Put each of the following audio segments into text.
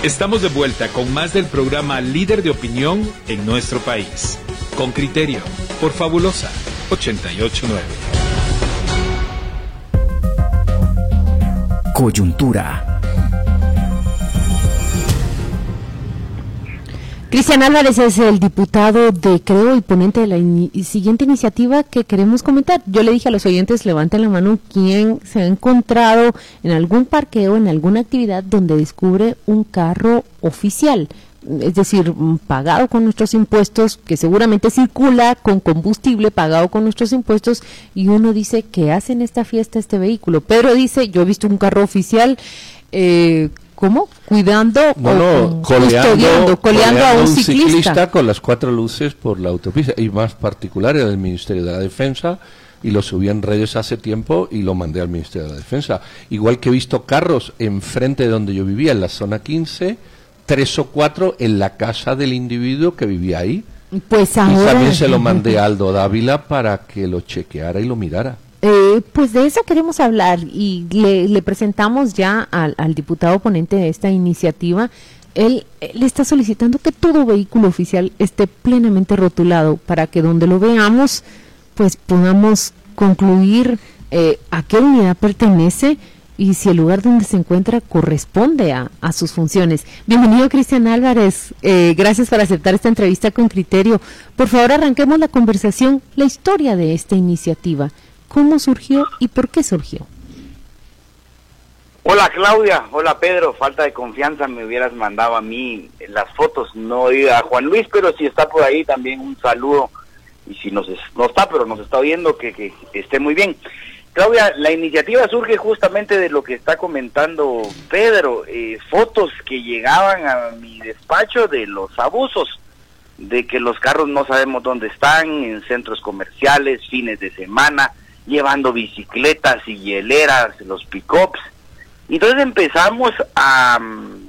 Estamos de vuelta con más del programa líder de opinión en nuestro país. Con criterio, por Fabulosa 889. Coyuntura. Cristian Álvarez es el diputado de Creo y ponente de la siguiente iniciativa que queremos comentar. Yo le dije a los oyentes, levanten la mano quien se ha encontrado en algún parqueo, en alguna actividad donde descubre un carro oficial, es decir, pagado con nuestros impuestos, que seguramente circula con combustible pagado con nuestros impuestos, y uno dice, ¿qué hace en esta fiesta este vehículo? Pedro dice, yo he visto un carro oficial, ¿cómo? Cuidando coleando a un ciclista con las 4 luces por la autopista, y más particular era el Ministerio de la Defensa, y lo subí en redes hace tiempo y lo mandé al Ministerio de la Defensa. Igual que he visto carros enfrente de donde yo vivía, en la zona 15, 3 o 4 en la casa del individuo que vivía ahí. Pues ahora... Y también se lo mandé a Aldo Dávila para que lo chequeara y lo mirara. Pues de eso queremos hablar y le presentamos ya al diputado ponente de esta iniciativa. Él le está solicitando que todo vehículo oficial esté plenamente rotulado para que donde lo veamos pues podamos concluir a qué unidad pertenece y si el lugar donde se encuentra corresponde a sus funciones. Bienvenido, Cristian Álvarez, gracias por aceptar esta entrevista con criterio. Por favor, arranquemos la conversación, la historia de esta iniciativa. ¿Cómo surgió y por qué surgió? Hola Claudia, hola Pedro, falta de confianza, me hubieras mandado a mí las fotos, no a Juan Luis, pero si está por ahí también un saludo, y si no está, pero nos está oyendo, que esté muy bien. Claudia, la iniciativa surge justamente de lo que está comentando Pedro, fotos que llegaban a mi despacho de los abusos, de que los carros no sabemos dónde están, en centros comerciales, fines de semana, llevando bicicletas y hieleras, los pick-ups. Entonces empezamos a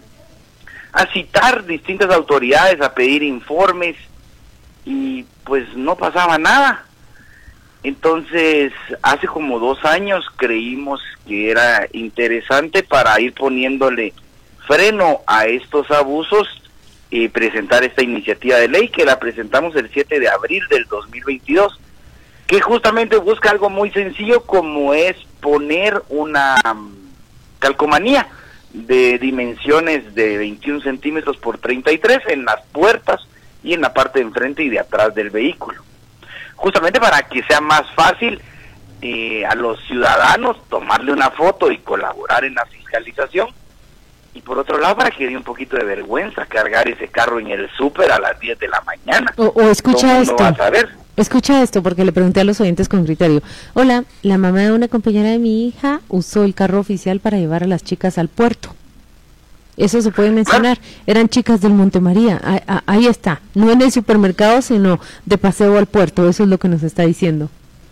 citar distintas autoridades, a pedir informes, y pues no pasaba nada. Entonces, hace como 2 años creímos que era interesante para ir poniéndole freno a estos abusos y presentar esta iniciativa de ley que la presentamos el 7 de abril del 2022, que justamente busca algo muy sencillo como es poner una calcomanía de dimensiones de 21 centímetros por 33 en las puertas y en la parte de enfrente y de atrás del vehículo, justamente para que sea más fácil a los ciudadanos tomarle una foto y colaborar en la fiscalización, y por otro lado para que dé un poquito de vergüenza cargar ese carro en el súper a las 10 de la mañana. O escucha esto. No vas a ver. Escucha esto, porque le pregunté a los oyentes con criterio. Hola, la mamá de una compañera de mi hija usó el carro oficial para llevar a las chicas al puerto. Eso se puede mencionar. Eran chicas del Montemaría. Ahí está. No en el supermercado, sino de paseo al puerto. Eso es lo que nos está diciendo.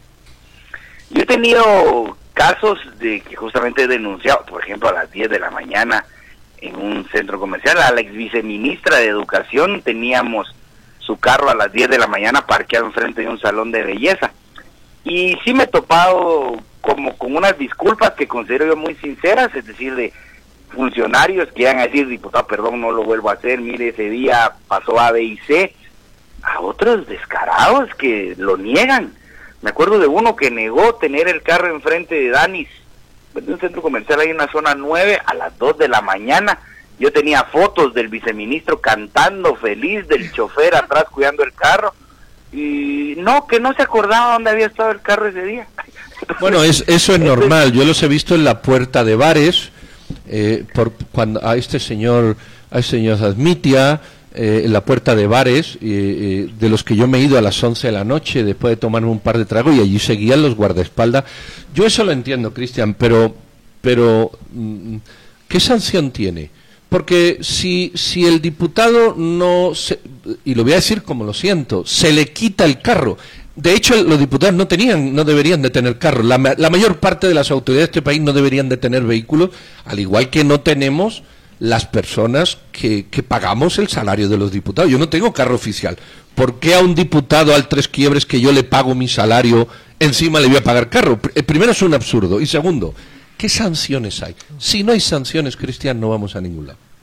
Yo he tenido casos de que justamente he denunciado, por ejemplo, a las 10 de la mañana en un centro comercial, a la ex viceministra de Educación, teníamos su carro a las 10 de la mañana parqueado enfrente de un salón de belleza. Y sí me he topado como con unas disculpas que considero yo muy sinceras, es decir, de funcionarios que iban a decir, diputado, perdón, no lo vuelvo a hacer, mire, ese día pasó A, B y C, a otros descarados que lo niegan. Me acuerdo de uno que negó tener el carro enfrente de Danis, de un centro comercial ahí en la zona 9, a las 2 de la mañana. Yo tenía fotos del viceministro cantando feliz, del chofer atrás cuidando el carro, y no, que no se acordaba dónde había estado el carro ese día. Bueno, eso es normal, yo los he visto en la puerta de bares, cuando a este señor Zasmitia, en la puerta de bares, de los que yo me he ido a las 11 de la noche después de tomarme un par de tragos, y allí seguían los guardaespaldas. Yo eso lo entiendo, Cristian, pero ¿qué sanción tiene? Porque si el diputado y lo voy a decir como lo siento, se le quita el carro. De hecho, los diputados no deberían de tener carro. La mayor parte de las autoridades de este país no deberían de tener vehículos, al igual que no tenemos las personas que pagamos el salario de los diputados. Yo no tengo carro oficial. ¿Por qué a un diputado al Tres Quiebres, que yo le pago mi salario, encima le voy a pagar carro? Primero, es un absurdo. Y segundo, ¿qué sanciones hay? Si no hay sanciones, Cristian, no vamos a ningún lado.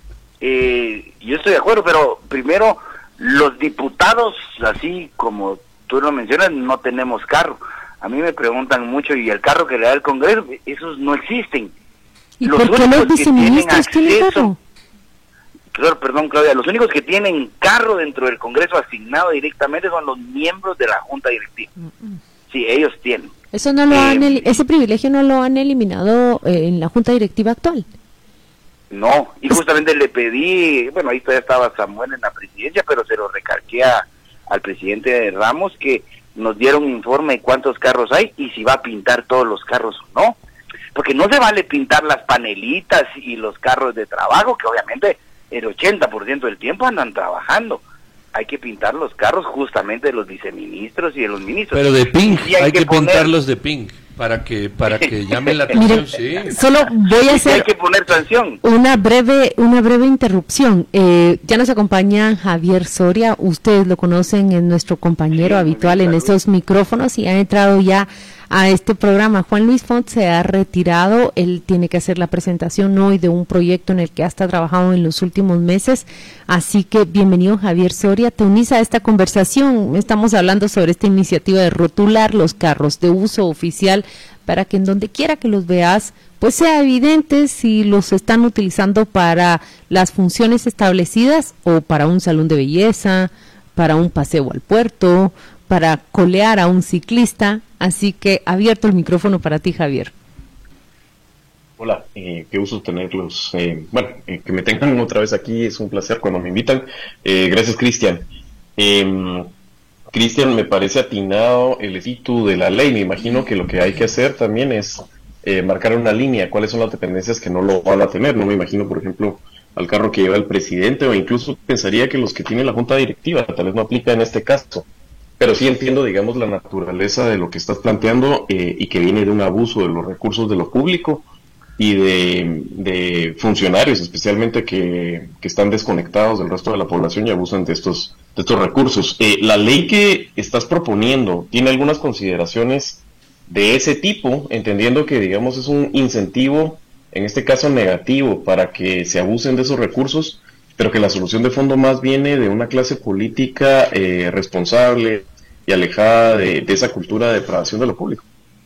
Yo estoy de acuerdo, pero primero, los diputados, así como tú lo mencionas, no tenemos carro. A mí me preguntan mucho, ¿y el carro que le da el Congreso? Esos no existen. ¿Y por qué los viceministros tienen carro? Claro, perdón, Claudia, los únicos que tienen carro dentro del Congreso asignado directamente son los miembros de la Junta Directiva. Sí, ellos tienen. Eso no lo ese privilegio no lo han eliminado en la Junta Directiva actual. No, y justamente le pedí, bueno, ahí todavía estaba Samuel en la presidencia, pero se lo recalqué al presidente Ramos que nos diera un informe de cuántos carros hay y si va a pintar todos los carros o no. Porque no se vale pintar las panelitas y los carros de trabajo, que obviamente el 80% del tiempo andan trabajando. Hay que pintar los carros justamente de los viceministros y de los ministros. Pero de pink, hay que pintarlos de pink para que llamen la atención. Miren, sí. Solo voy a hacer hay que poner sanción. una breve interrupción. Ya nos acompaña Javier Soria, ustedes lo conocen, es nuestro compañero habitual en estos micrófonos y ha entrado ya a este programa. Juan Luis Font se ha retirado, él tiene que hacer la presentación hoy de un proyecto en el que hasta trabajado en los últimos meses, así que bienvenido Javier Soria, te unís a esta conversación. Estamos hablando sobre esta iniciativa de rotular los carros de uso oficial para que en donde quiera que los veas, pues sea evidente si los están utilizando para las funciones establecidas o para un salón de belleza, para un paseo al puerto, para colear a un ciclista. Así que abierto el micrófono para ti, Javier. Hola, qué gusto tenerlos. Que me tengan otra vez aquí, es un placer cuando me invitan. Gracias, Cristian. Cristian, me parece atinado el espíritu de la ley. Me imagino que lo que hay que hacer también es marcar una línea, cuáles son las dependencias que no lo van a tener. No me imagino, por ejemplo, al carro que lleva el presidente, o incluso pensaría que los que tiene la junta directiva, tal vez no aplica en este caso. Pero sí entiendo, digamos, la naturaleza de lo que estás planteando y que viene de un abuso de los recursos de lo público y de funcionarios, especialmente que están desconectados del resto de la población y abusan de estos recursos. La ley que estás proponiendo tiene algunas consideraciones de ese tipo, entendiendo que, digamos, es un incentivo, en este caso negativo, para que se abusen de esos recursos, pero que la solución de fondo más viene de una clase política responsable y alejada de esa cultura de depravación de lo público.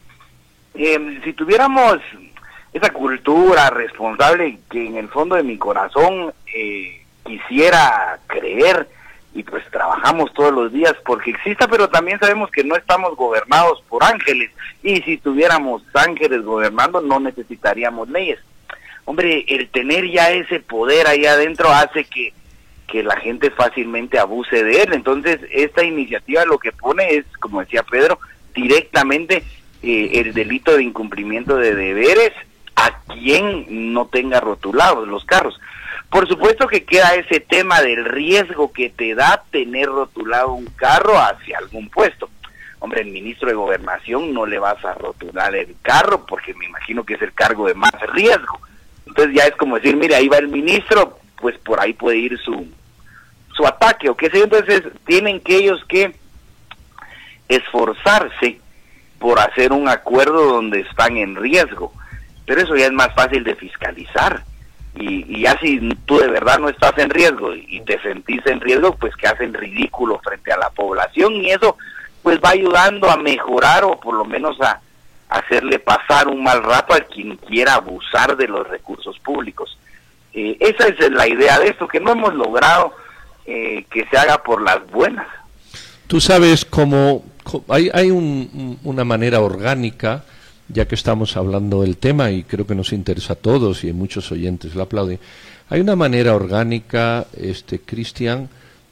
Si tuviéramos esa cultura responsable que en el fondo de mi corazón quisiera creer, y pues trabajamos todos los días porque exista, pero también sabemos que no estamos gobernados por ángeles, y si tuviéramos ángeles gobernando no necesitaríamos leyes. Hombre, el tener ya ese poder ahí adentro hace que la gente fácilmente abuse de él. Entonces, esta iniciativa lo que pone es, como decía Pedro, directamente el delito de incumplimiento de deberes a quien no tenga rotulados los carros. Por supuesto que queda ese tema del riesgo que te da tener rotulado un carro hacia algún puesto. Hombre, el ministro de Gobernación no le vas a rotular el carro porque me imagino que es el cargo de más riesgo. Entonces ya es como decir, mire, ahí va el ministro, pues por ahí puede ir su ataque o qué sé yo. Entonces tienen que ellos que esforzarse por hacer un acuerdo donde están en riesgo, pero eso ya es más fácil de fiscalizar, y ya si tú de verdad no estás en riesgo y te sentís en riesgo, pues que hacen ridículo frente a la población, y eso pues va ayudando a mejorar o por lo menos a hacerle pasar un mal rato a quien quiera abusar de los recursos públicos. Esa es la idea de esto, que no hemos logrado que se haga por las buenas. Tú sabes cómo hay una manera orgánica, ya que estamos hablando del tema y creo que nos interesa a todos y hay muchos oyentes lo aplauden. Hay una manera orgánica, Cristian,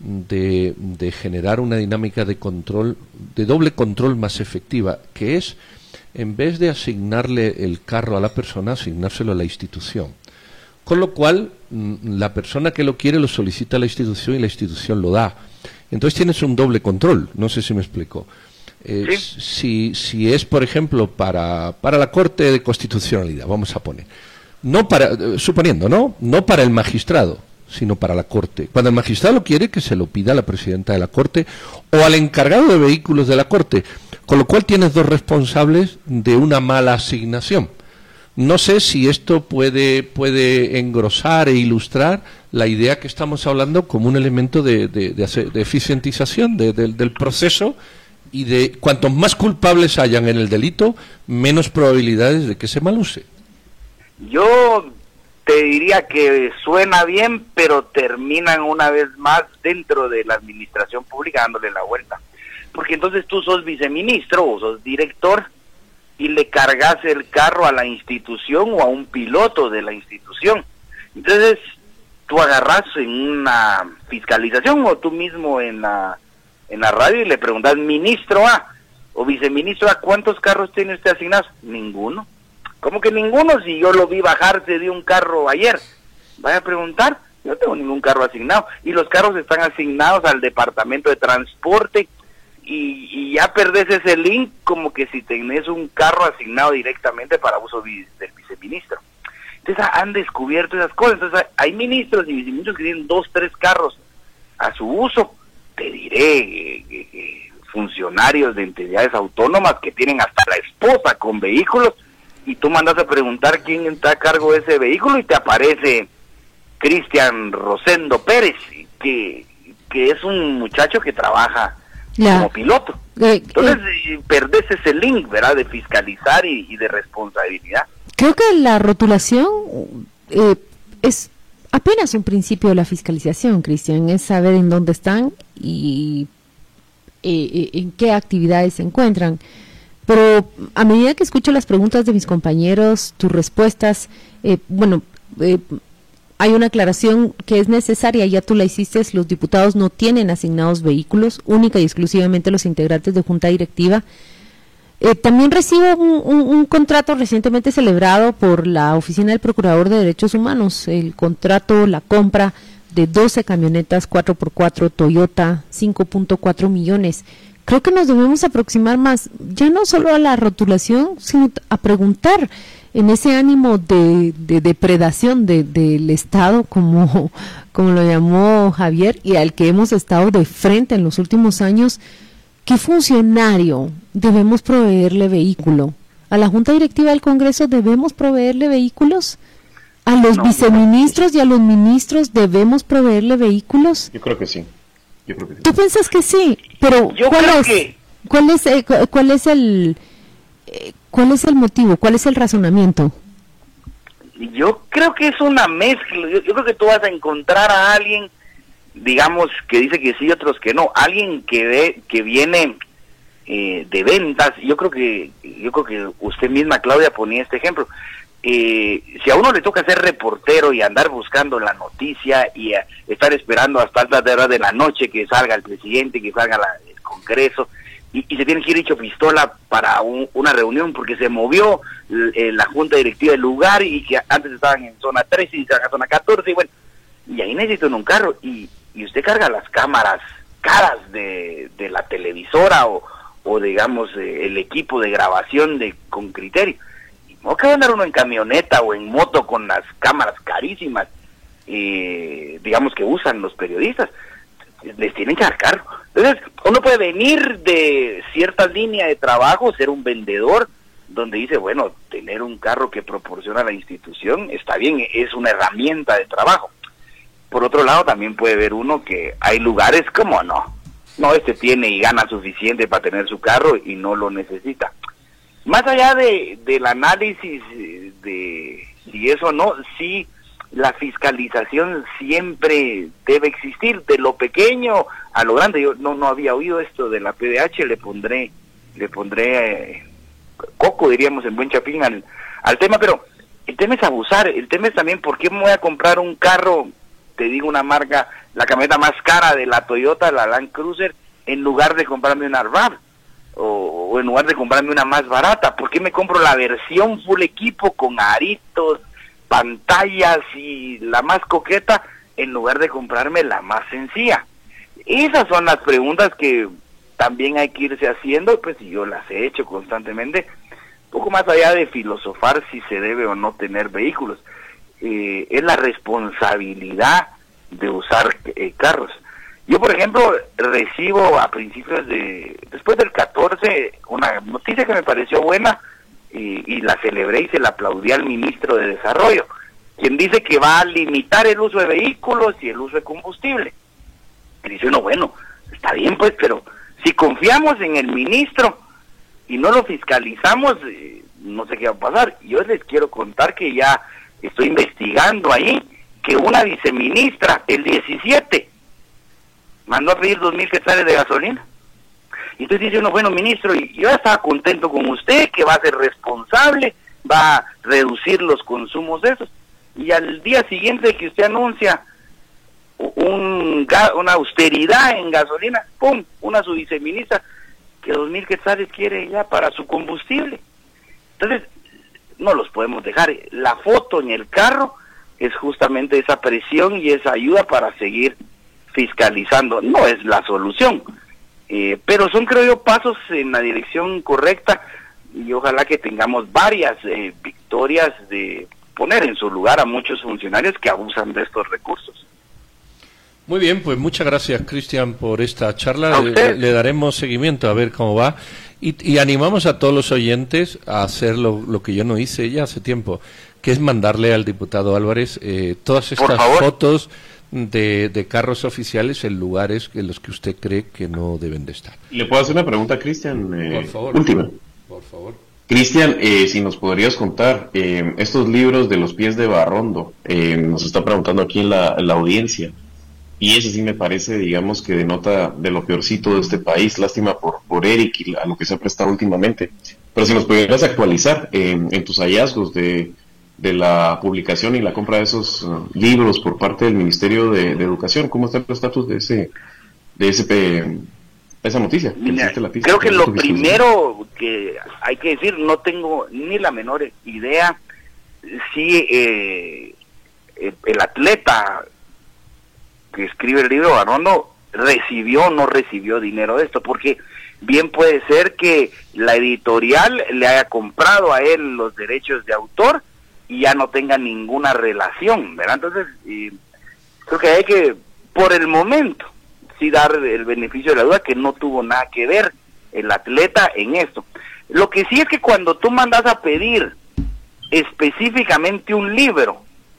de generar una dinámica de control, de doble control más efectiva, que es, en vez de asignarle el carro a la persona, asignárselo a la institución. Con lo cual, la persona que lo quiere lo solicita a la institución y la institución lo da. Entonces tienes un doble control, no sé si me explico. ¿Sí? Si es, por ejemplo, para la Corte de Constitucionalidad, vamos a poner, suponiendo, no para el magistrado, sino para la Corte. Cuando el magistrado lo quiere, que se lo pida a la presidenta de la Corte o al encargado de vehículos de la Corte, con lo cual tienes dos responsables de una mala asignación. No sé si esto puede engrosar e ilustrar la idea que estamos hablando como un elemento de eficientización del proceso, y de cuantos más culpables hayan en el delito, menos probabilidades de que se maluse. Yo te diría que suena bien, pero terminan una vez más dentro de la administración pública dándole la vuelta. Porque entonces tú sos viceministro o sos director y le cargas el carro a la institución o a un piloto de la institución. Entonces tú agarras en una fiscalización o tú mismo en la radio y le preguntas, ministro A o viceministro A, ¿cuántos carros tiene usted asignados? Ninguno. ¿Cómo que ninguno? Si yo lo vi bajarse de un carro ayer. Vaya a preguntar, yo no tengo ningún carro asignado. Y los carros están asignados al departamento de transporte y ya perdés ese link como que si tenés un carro asignado directamente para uso del viceministro. Entonces han descubierto esas cosas. Entonces hay ministros y viceministros que tienen 2, 3 carros a su uso. Te diré funcionarios de entidades autónomas que tienen hasta la esposa con vehículos, y tú mandas a preguntar quién está a cargo de ese vehículo y te aparece Cristian Rosendo Pérez, que es un muchacho que trabaja como piloto. Entonces perdés ese link, ¿verdad?, de fiscalizar y de responsabilidad. Creo que la rotulación es apenas un principio de la fiscalización, Cristian, es saber en dónde están y en qué actividades se encuentran. Pero a medida que escucho las preguntas de mis compañeros, tus respuestas, hay una aclaración que es necesaria, ya tú la hiciste, los diputados no tienen asignados vehículos, única y exclusivamente los integrantes de junta directiva. También recibo un contrato recientemente celebrado por la Oficina del Procurador de Derechos Humanos, el contrato, la compra de 12 camionetas 4x4 Toyota, 5.4 millones. Creo que nos debemos aproximar más, ya no solo a la rotulación, sino a preguntar en ese ánimo de depredación del Estado, como lo llamó Javier, y al que hemos estado de frente en los últimos años. ¿Qué funcionario debemos proveerle vehículo? ¿A la Junta Directiva del Congreso debemos proveerle vehículos? ¿A los viceministros y a los ministros debemos proveerle vehículos? Yo creo que sí. ¿Tú piensas que sí? Pero ¿cuál es el motivo? ¿Cuál es el razonamiento? Yo creo que es una mezcla. Yo creo que tú vas a encontrar a alguien, digamos, que dice que sí, otros que no. Alguien que viene de ventas. Yo creo que usted misma, Claudia, ponía este ejemplo. Si a uno le toca ser reportero y andar buscando la noticia y estar esperando hasta altas horas de la noche que salga el presidente, que salga el Congreso, y se tiene que ir hecho pistola para una reunión porque se movió la junta directiva del lugar y que antes estaban en zona 13 y están en zona 14, y bueno, y ahí necesitan un carro y usted carga las cámaras caras de la televisora o digamos el equipo de grabación con criterio. No que andar uno en camioneta o en moto con las cámaras carísimas, digamos, que usan los periodistas, les tienen que dar cargo. Entonces, uno puede venir de cierta línea de trabajo, ser un vendedor, donde dice, bueno, tener un carro que proporciona la institución está bien, es una herramienta de trabajo. Por otro lado, también puede ver uno que hay lugares como no, este tiene y gana suficiente para tener su carro y no lo necesita. Más allá del análisis de si eso no, sí, la fiscalización siempre debe existir, de lo pequeño a lo grande. Yo no había oído esto de la PDH, le pondré coco, diríamos en buen chapín, al tema, pero el tema es abusar, el tema es también por qué me voy a comprar un carro, te digo una marca, la camioneta más cara de la Toyota, la Land Cruiser, en lugar de comprarme una RAV. O en lugar de comprarme una más barata. ¿Por qué me compro la versión full equipo con aritos, pantallas y la más coqueta en lugar de comprarme la más sencilla? Esas son las preguntas que también hay que irse haciendo, pues yo las he hecho constantemente, poco más allá de filosofar si se debe o no tener vehículos. Es la responsabilidad de usar carros. Yo, por ejemplo, recibo a principios después del 14, una noticia que me pareció buena, y la celebré y se la aplaudí al ministro de Desarrollo, quien dice que va a limitar el uso de vehículos y el uso de combustible. Y dice uno, bueno, está bien pues, pero si confiamos en el ministro y no lo fiscalizamos, no sé qué va a pasar. Yo les quiero contar que ya estoy investigando ahí que una viceministra, el 17, mandó a pedir 2,000 quetzales de gasolina. Y entonces dice uno, bueno, ministro, y yo estaba contento con usted, que va a ser responsable, va a reducir los consumos de esos. Y al día siguiente que usted anuncia una austeridad en gasolina, ¡pum!, una su viceministra que 2,000 quetzales quiere ya para su combustible. Entonces, no los podemos dejar. La foto en el carro es justamente esa presión y esa ayuda para seguir fiscalizando. No es la solución, pero son, creo yo, pasos en la dirección correcta, y ojalá que tengamos varias victorias de poner en su lugar a muchos funcionarios que abusan de estos recursos. Muy bien, pues muchas gracias, Cristian, por esta charla. Le daremos seguimiento a ver cómo va, y animamos a todos los oyentes a hacer lo que yo no hice ya hace tiempo, que es mandarle al diputado Álvarez todas estas fotos de carros oficiales en lugares en los que usted cree que no deben de estar. ¿Le puedo hacer una pregunta, Cristian? Por favor. Última. Por favor. Cristian, si nos podrías contar estos libros de los pies de Barrondo, nos está preguntando aquí en la audiencia, y ese sí me parece, digamos, que denota de lo peorcito de este país. Lástima por Eric y a lo que se ha prestado últimamente, pero si nos pudieras actualizar en tus hallazgos de la publicación y la compra de esos libros por parte del Ministerio de Educación, ¿cómo está el estatus de esa noticia? Mira, creo que lo primero que hay que decir, no tengo ni la menor idea si el atleta que escribe el libro, Barrondo, recibió o no recibió dinero de esto, porque bien puede ser que la editorial le haya comprado a él los derechos de autor y ya no tenga ninguna relación, ¿verdad? Entonces, creo que hay que, por el momento, sí dar el beneficio de la duda que no tuvo nada que ver el atleta en esto. Lo que sí es que cuando tú mandas a pedir específicamente un libro,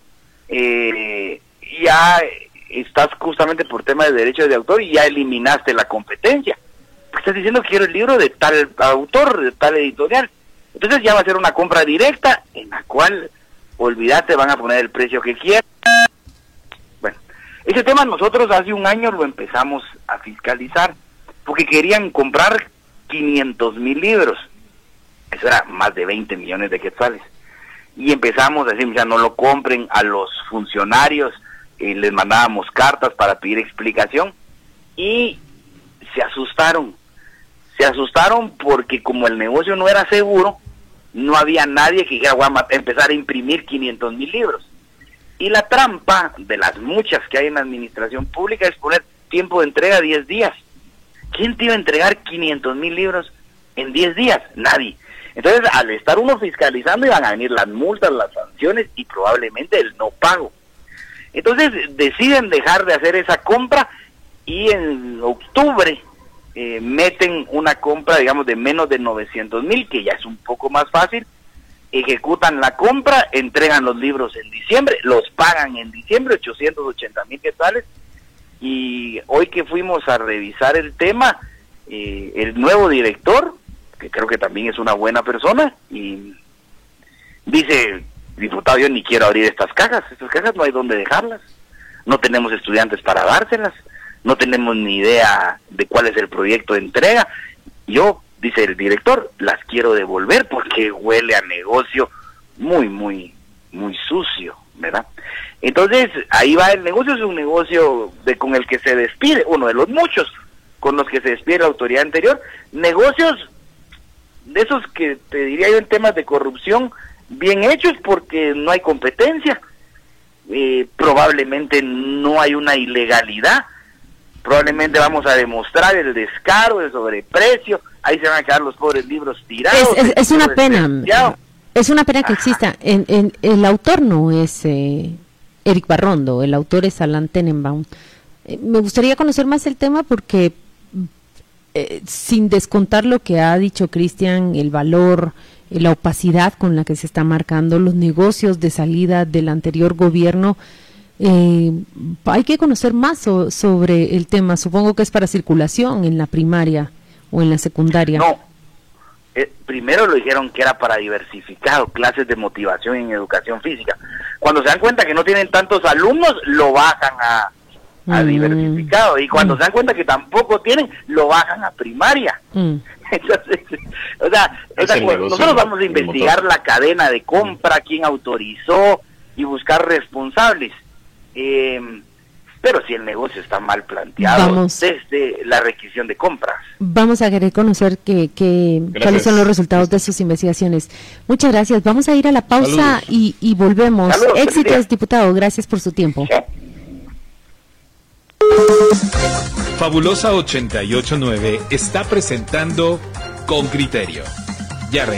ya estás justamente por tema de derechos de autor y ya eliminaste la competencia. Estás diciendo que quiero el libro de tal autor, de tal editorial. Entonces ya va a ser una compra directa en la cual, olvídate, van a poner el precio que quieran. Bueno, ese tema nosotros hace un año lo empezamos a fiscalizar porque querían comprar 500,000 libros. Eso era más de 20 millones de quetzales. Y empezamos a decir, ya no lo compren. A los funcionarios les mandábamos cartas para pedir explicación y se asustaron porque como el negocio no era seguro, no había nadie que dijera, voy a empezar a imprimir 500,000 libros. Y la trampa de las muchas que hay en la administración pública es poner tiempo de entrega 10 días. ¿Quién te iba a entregar 500,000 libros en 10 días? Nadie. Entonces, al estar uno fiscalizando, iban a venir las multas, las sanciones y probablemente el no pago. Entonces, deciden dejar de hacer esa compra y en octubre meten una compra, digamos, de menos de 900,000, que ya es un poco más fácil. Ejecutan la compra, entregan los libros en diciembre, los pagan en diciembre, 880,000 quetzales. Y hoy que fuimos a revisar el tema, el nuevo director, que creo que también es una buena persona, y dice, diputado, yo ni quiero abrir estas cajas no hay dónde dejarlas, no tenemos estudiantes para dárselas, no tenemos ni idea de cuál es el proyecto de entrega. Yo, dice el director, las quiero devolver porque huele a negocio muy, muy, muy sucio, ¿verdad? Entonces, ahí va el negocio, es un negocio con el que se despide, uno de los muchos con los que se despide la autoridad anterior, negocios de esos que te diría yo en temas de corrupción, bien hechos porque no hay competencia, probablemente no hay una ilegalidad, probablemente vamos a demostrar el descaro, el sobreprecio, ahí se van a quedar los pobres libros tirados. Es una pena, es una pena que exista. El autor no es Eric Barrondo, el autor es Alan Tenenbaum. Me gustaría conocer más el tema porque sin descontar lo que ha dicho Cristian, el valor la opacidad con la que se está marcando los negocios de salida del anterior gobierno. Hay que conocer más sobre el tema. Supongo que es para circulación en la primaria o en la secundaria. No, primero lo dijeron que era para diversificado, clases de motivación en educación física. Cuando se dan cuenta que no tienen tantos alumnos, lo bajan a diversificado, y cuando se dan cuenta que tampoco tienen, lo bajan a primaria. Entonces, nosotros vamos a investigar la cadena de compra, quién autorizó y buscar responsables. Pero si el negocio está mal planteado desde la requisición de compras. Vamos a querer conocer cuáles son los resultados de sus investigaciones. Muchas gracias. Vamos a ir a la pausa y volvemos. Saludos, Éxitos, diputado. Gracias por su tiempo. Sí. Fabulosa 889 está presentando Con Criterio.